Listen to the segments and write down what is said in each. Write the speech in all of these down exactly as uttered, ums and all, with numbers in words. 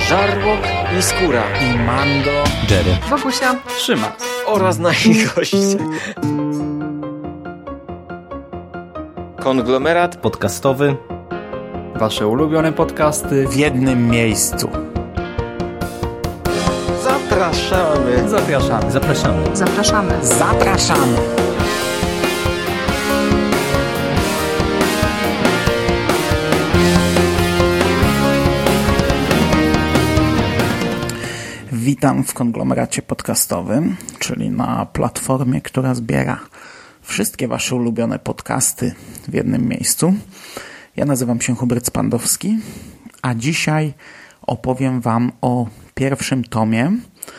Żarłok i Skóra i Mando, Jerry, Wokusia, Trzyma oraz nasi goście. Konglomerat podcastowy. Wasze ulubione podcasty w jednym miejscu. Zapraszamy. Zapraszamy. Zapraszamy. zapraszamy. Zapraszamy. Witam w konglomeracie podcastowym, czyli na platformie, która zbiera wszystkie wasze ulubione podcasty w jednym miejscu. Ja nazywam się Hubert Spandowski, a dzisiaj opowiem wam o pierwszym tomie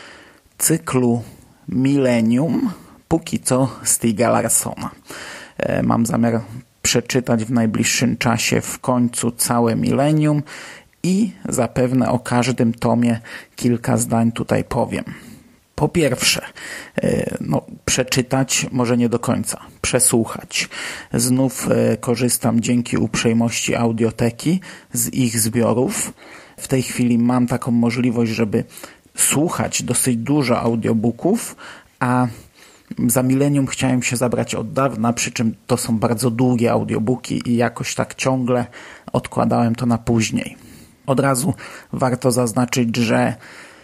cyklu Millennium, póki co Stiga Larssona. Mam zamiar przeczytać w najbliższym czasie w końcu całe Millennium i zapewne o każdym tomie kilka zdań tutaj powiem. Po pierwsze, no, przeczytać może nie do końca, przesłuchać. Znów korzystam dzięki uprzejmości Audioteki z ich zbiorów. W tej chwili mam taką możliwość, żeby słuchać dosyć dużo audiobooków, a za Millennium chciałem się zabrać od dawna, przy czym to są bardzo długie audiobooki i jakoś tak ciągle odkładałem to na później. Od razu warto zaznaczyć, że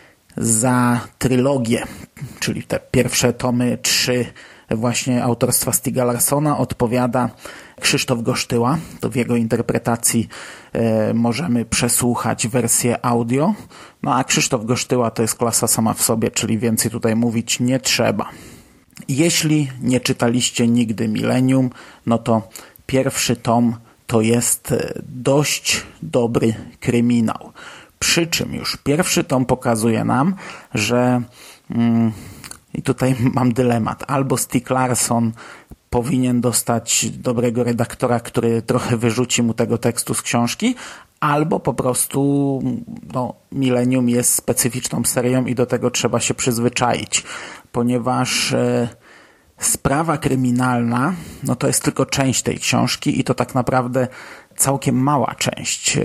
za trylogię, czyli te pierwsze tomy, trzy właśnie autorstwa Stiga Larssona odpowiada Krzysztof Gosztyła. To w jego interpretacji e, możemy przesłuchać wersję audio. No a Krzysztof Gosztyła to jest klasa sama w sobie, czyli więcej tutaj mówić nie trzeba. Jeśli nie czytaliście nigdy Millennium, no to pierwszy tom to jest dość dobry kryminał. Przy czym już pierwszy tom pokazuje nam, że mm, i tutaj mam dylemat. Albo Stieg Larsson powinien dostać dobrego redaktora, który trochę wyrzuci mu tego tekstu z książki, albo po prostu no, Millennium jest specyficzną serią i do tego trzeba się przyzwyczaić, ponieważ e, sprawa kryminalna, no to jest tylko część tej książki i to tak naprawdę całkiem mała część.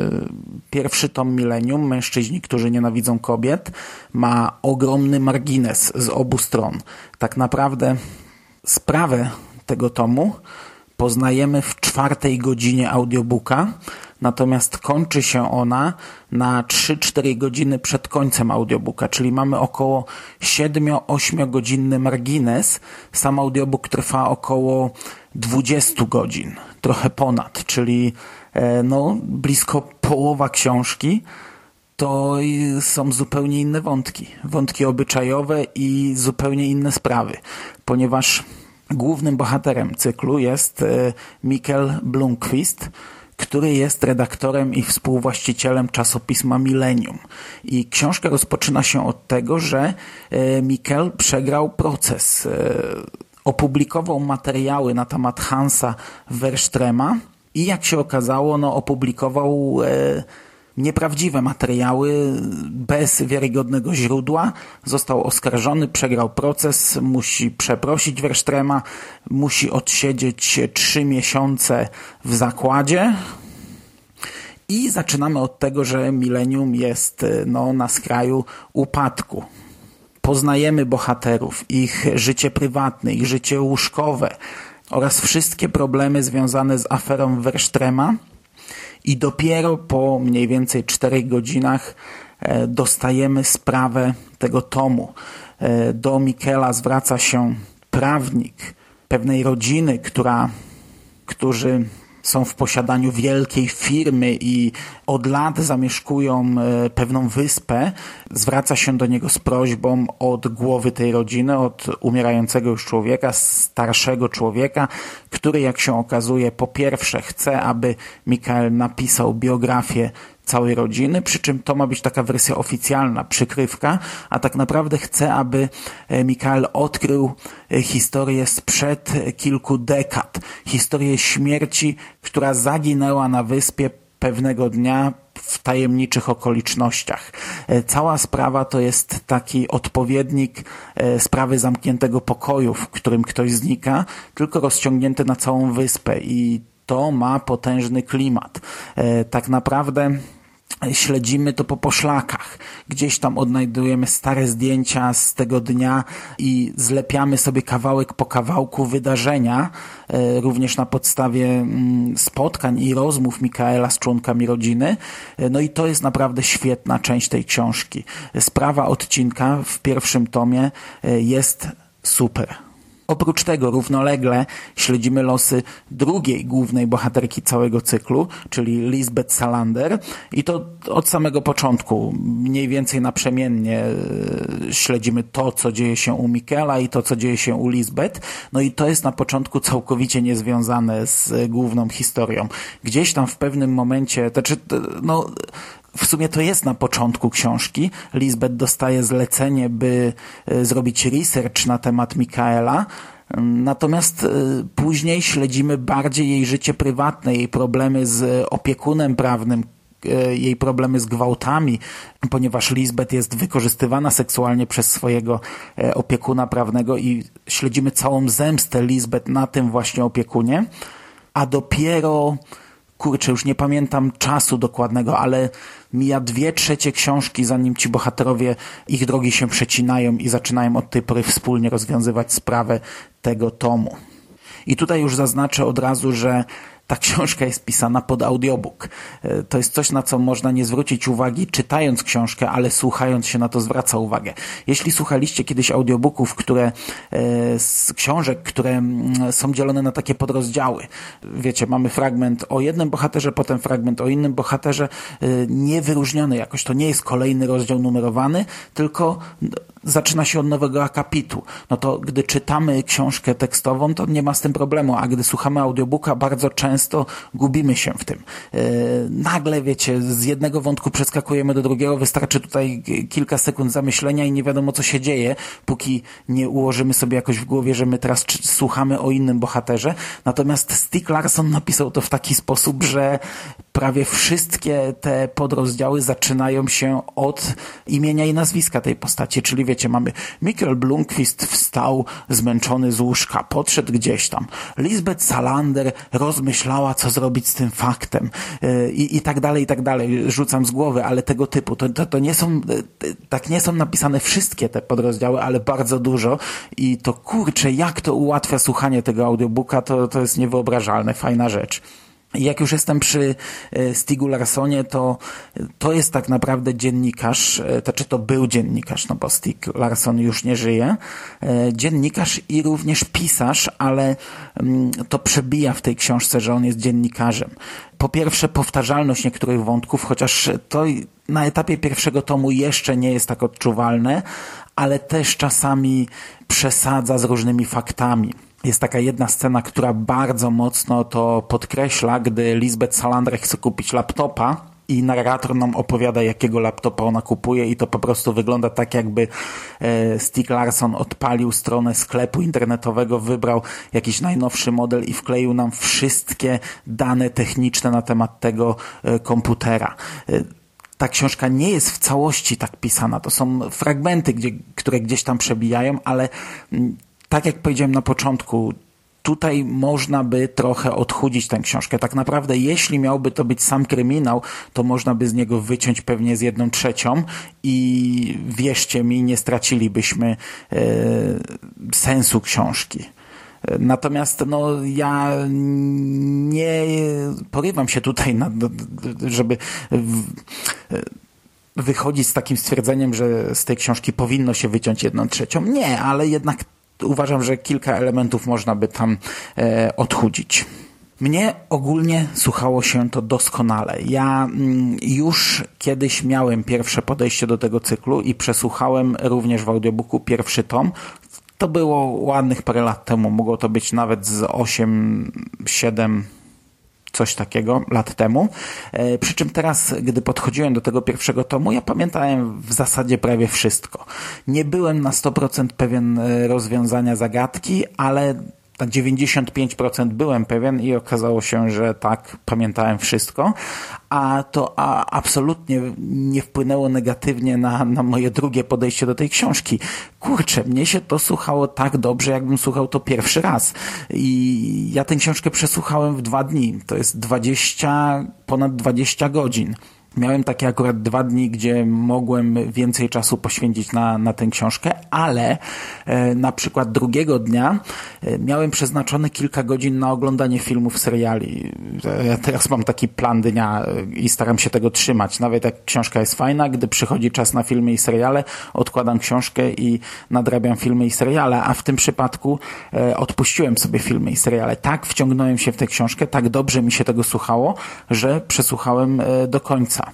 Pierwszy tom Millennium, Mężczyźni, którzy nienawidzą kobiet, ma ogromny margines z obu stron. Tak naprawdę sprawę tego tomu poznajemy w czwartej godzinie audiobooka, natomiast kończy się ona na trzy cztery godziny przed końcem audiobooka, czyli mamy około siedem-osiem godzinny margines. Sam audiobook trwa około dwadzieścia godzin, trochę ponad, czyli no, blisko połowa książki to są zupełnie inne wątki, wątki obyczajowe i zupełnie inne sprawy, ponieważ głównym bohaterem cyklu jest Mikkel Blomkvist, który jest redaktorem i współwłaścicielem czasopisma Millennium. I książka rozpoczyna się od tego, że Mikkel przegrał proces. Opublikował materiały na temat Hansa Verstrema i jak się okazało, no, opublikował e, nieprawdziwe materiały bez wiarygodnego źródła. Został oskarżony, przegrał proces, musi przeprosić Verstrema, musi odsiedzieć trzy miesiące w zakładzie. I zaczynamy od tego, że Millennium jest no, na skraju upadku. Poznajemy bohaterów, ich życie prywatne, ich życie łóżkowe oraz wszystkie problemy związane z aferą Verstrema i dopiero po mniej więcej czterech godzinach dostajemy sprawę tego tomu. Do Mikkela zwraca się prawnik pewnej rodziny, która, którzy są w posiadaniu wielkiej firmy i od lat zamieszkują pewną wyspę. Zwraca się do niego z prośbą od głowy tej rodziny, od umierającego już człowieka, starszego człowieka, który, jak się okazuje, po pierwsze chce, aby Mikkel napisał biografię całej rodziny, przy czym to ma być taka wersja oficjalna, przykrywka, a tak naprawdę chce, aby Mikkel odkrył historię sprzed kilku dekad. Historię śmierci, która zaginęła na wyspie pewnego dnia w tajemniczych okolicznościach. Cała sprawa to jest taki odpowiednik sprawy zamkniętego pokoju, w którym ktoś znika, tylko rozciągnięty na całą wyspę i to ma potężny klimat. Tak naprawdę śledzimy to po poszlakach. Gdzieś tam odnajdujemy stare zdjęcia z tego dnia i zlepiamy sobie kawałek po kawałku wydarzenia, również na podstawie spotkań i rozmów Mikaela z członkami rodziny. No i to jest naprawdę świetna część tej książki. Sprawa odcinka w pierwszym tomie jest super. Oprócz tego równolegle śledzimy losy drugiej głównej bohaterki całego cyklu, czyli Lisbeth Salander, i to od samego początku, mniej więcej naprzemiennie śledzimy to, co dzieje się u Mikaela i to, co dzieje się u Lisbeth. No i to jest na początku całkowicie niezwiązane z główną historią. Gdzieś tam w pewnym momencie, to znaczy, no... W sumie to jest na początku książki. Lisbeth dostaje zlecenie, by zrobić research na temat Mikaela. Natomiast później śledzimy bardziej jej życie prywatne, jej problemy z opiekunem prawnym, jej problemy z gwałtami, ponieważ Lisbeth jest wykorzystywana seksualnie przez swojego opiekuna prawnego i śledzimy całą zemstę Lisbeth na tym właśnie opiekunie. A dopiero... Kurczę, już nie pamiętam czasu dokładnego, ale mija dwie trzecie książki, zanim ci bohaterowie, ich drogi się przecinają i zaczynają od tej pory wspólnie rozwiązywać sprawę tego tomu. I tutaj już zaznaczę od razu, że ta książka jest pisana pod audiobook. To jest coś, na co można nie zwrócić uwagi czytając książkę, ale słuchając się na to zwraca uwagę. Jeśli słuchaliście kiedyś audiobooków, które, z książek, które są dzielone na takie podrozdziały, wiecie, mamy fragment o jednym bohaterze, potem fragment o innym bohaterze, niewyróżniony jakoś, to nie jest kolejny rozdział numerowany, tylko zaczyna się od nowego akapitu. No to gdy czytamy książkę tekstową, to nie ma z tym problemu, a gdy słuchamy audiobooka, bardzo często gubimy się w tym. Yy, nagle, wiecie, z jednego wątku przeskakujemy do drugiego, wystarczy tutaj kilka sekund zamyślenia i nie wiadomo, co się dzieje, póki nie ułożymy sobie jakoś w głowie, że my teraz słuchamy o innym bohaterze. Natomiast Stieg Larsson napisał to w taki sposób, że prawie wszystkie te podrozdziały zaczynają się od imienia i nazwiska tej postaci, czyli wiecie, mamy Mikael Blomkvist wstał zmęczony z łóżka, podszedł gdzieś tam. Lisbeth Salander rozmyślała, co zrobić z tym faktem i, i tak dalej, i tak dalej. Rzucam z głowy, ale tego typu. To, to, to nie są, tak nie są napisane wszystkie te podrozdziały, ale bardzo dużo i to kurczę, jak to ułatwia słuchanie tego audiobooka, to, to jest niewyobrażalne, fajna rzecz. Jak już jestem przy Stiegu Larssonie, to to jest tak naprawdę dziennikarz, to czy to był dziennikarz, no bo Stieg Larsson już nie żyje, dziennikarz i również pisarz, ale to przebija w tej książce, że on jest dziennikarzem. Po pierwsze powtarzalność niektórych wątków, chociaż to na etapie pierwszego tomu jeszcze nie jest tak odczuwalne, ale też czasami przesadza z różnymi faktami. Jest taka jedna scena, która bardzo mocno to podkreśla, gdy Lisbeth Salander chce kupić laptopa i narrator nam opowiada, jakiego laptopa ona kupuje i to po prostu wygląda tak, jakby Stieg Larsson odpalił stronę sklepu internetowego, wybrał jakiś najnowszy model i wkleił nam wszystkie dane techniczne na temat tego komputera. Ta książka nie jest w całości tak pisana. To są fragmenty, gdzie, które gdzieś tam przebijają, ale tak jak powiedziałem na początku, tutaj można by trochę odchudzić tę książkę. Tak naprawdę, jeśli miałby to być sam kryminał, to można by z niego wyciąć pewnie z jedną trzecią i wierzcie mi, nie stracilibyśmy e, sensu książki. Natomiast no, ja nie porywam się tutaj, na, żeby w, wychodzić z takim stwierdzeniem, że z tej książki powinno się wyciąć jedną trzecią. Nie, ale jednak uważam, że kilka elementów można by tam e, odchudzić. Mnie ogólnie słuchało się to doskonale. Ja mm, już kiedyś miałem pierwsze podejście do tego cyklu i przesłuchałem również w audiobooku pierwszy tom. To było ładnych parę lat temu. Mogło to być nawet z osiem, siedem, coś takiego lat temu. E, przy czym teraz, gdy podchodziłem do tego pierwszego tomu, ja pamiętałem w zasadzie prawie wszystko. Nie byłem na sto procent pewien rozwiązania zagadki, ale na dziewięćdziesiąt pięć procent byłem pewien i okazało się, że tak, pamiętałem wszystko, a to a absolutnie nie wpłynęło negatywnie na, na moje drugie podejście do tej książki. Kurczę, mnie się to słuchało tak dobrze, jakbym słuchał to pierwszy raz. I ja tę książkę przesłuchałem w dwa dni. To jest dwadzieścia, ponad dwadzieścia godzin. Miałem takie akurat dwa dni, gdzie mogłem więcej czasu poświęcić na, na tę książkę, ale e, na przykład drugiego dnia e, miałem przeznaczone kilka godzin na oglądanie filmów, seriali. Ja teraz mam taki plan dnia i staram się tego trzymać. Nawet jak książka jest fajna, gdy przychodzi czas na filmy i seriale, odkładam książkę i nadrabiam filmy i seriale, a w tym przypadku e, odpuściłem sobie filmy i seriale. Tak wciągnąłem się w tę książkę, tak dobrze mi się tego słuchało, że przesłuchałem e, do końca.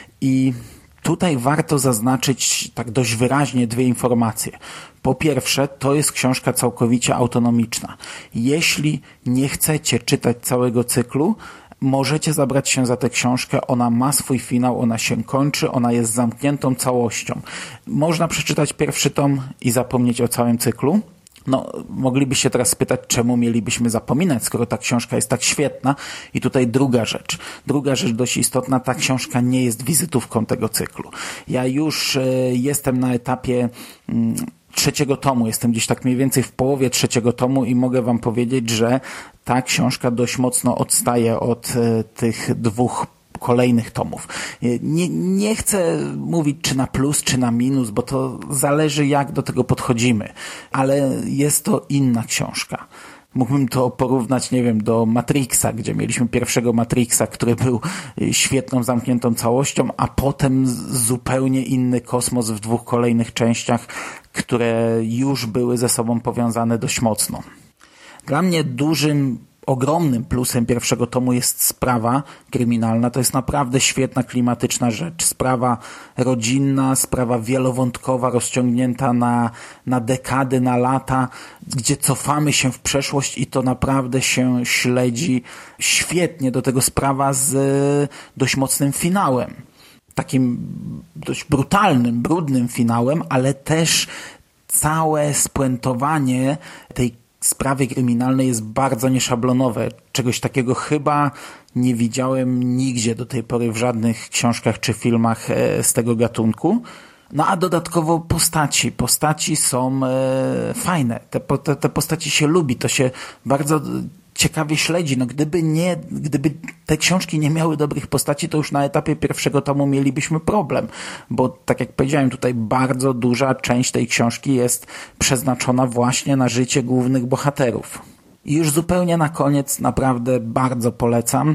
I tutaj warto zaznaczyć tak dość wyraźnie dwie informacje. Po pierwsze, to jest książka całkowicie autonomiczna. Jeśli nie chcecie czytać całego cyklu, możecie zabrać się za tę książkę, ona ma swój finał, ona się kończy, ona jest zamkniętą całością. Można przeczytać pierwszy tom i zapomnieć o całym cyklu. No, moglibyście teraz spytać, czemu mielibyśmy zapominać, skoro ta książka jest tak świetna. I tutaj druga rzecz. Druga rzecz dość istotna, ta książka nie jest wizytówką tego cyklu. Ja już y, jestem na etapie y, trzeciego tomu, jestem gdzieś tak mniej więcej w połowie trzeciego tomu i mogę wam powiedzieć, że ta książka dość mocno odstaje od y, tych dwóch kolejnych tomów. Nie, nie chcę mówić czy na plus, czy na minus, bo to zależy jak do tego podchodzimy, ale jest to inna książka. Mógłbym to porównać, nie wiem, do Matrixa, gdzie mieliśmy pierwszego Matrixa, który był świetną, zamkniętą całością, a potem zupełnie inny kosmos w dwóch kolejnych częściach, które już były ze sobą powiązane dość mocno. Dla mnie dużym ogromnym plusem pierwszego tomu jest sprawa kryminalna. To jest naprawdę świetna, klimatyczna rzecz. Sprawa rodzinna, sprawa wielowątkowa, rozciągnięta na, na dekady, na lata, gdzie cofamy się w przeszłość i to naprawdę się śledzi świetnie. Do tego sprawa z dość mocnym finałem. Takim dość brutalnym, brudnym finałem, ale też całe spuentowanie tej sprawy kryminalnej jest bardzo nieszablonowe. Czegoś takiego chyba nie widziałem nigdzie do tej pory w żadnych książkach czy filmach z tego gatunku. No a dodatkowo postaci. Postaci są e, fajne. Te, te, te postaci się lubi. To się bardzo ciekawie śledzi. No gdyby nie, gdyby te książki nie miały dobrych postaci, to już na etapie pierwszego tomu mielibyśmy problem, bo tak jak powiedziałem, tutaj bardzo duża część tej książki jest przeznaczona właśnie na życie głównych bohaterów. I już zupełnie na koniec naprawdę bardzo polecam.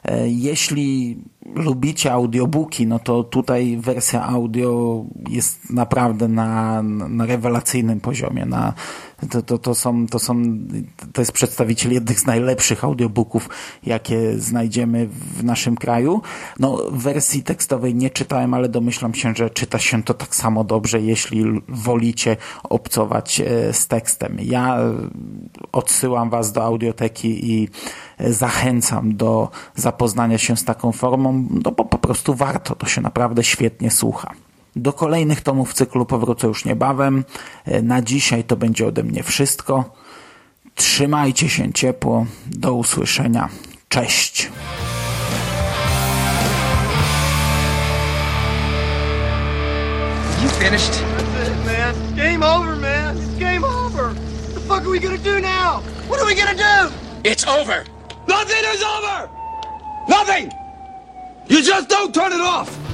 Jeśli lubicie audiobooki, no to tutaj wersja audio jest naprawdę na, na rewelacyjnym poziomie. Na, to, to, to, są, to, są, to jest przedstawiciel jednych z najlepszych audiobooków, jakie znajdziemy w naszym kraju. No, wersji tekstowej nie czytałem, ale domyślam się, że czyta się to tak samo dobrze, jeśli wolicie obcować z tekstem. Ja odsyłam was do audioteki i zachęcam do zapoznania się z taką formą, no bo po prostu warto, to się naprawdę świetnie słucha. Do kolejnych tomów cyklu powrócę już niebawem. Na dzisiaj to będzie ode mnie wszystko. Trzymajcie się ciepło. Do usłyszenia. Cześć! You finished? That's it, man. Game over, man. It's game over. What the fuck are we gonna do now? What are we gonna do? It's over. Nothing is over! Nothing! You just don't turn it off!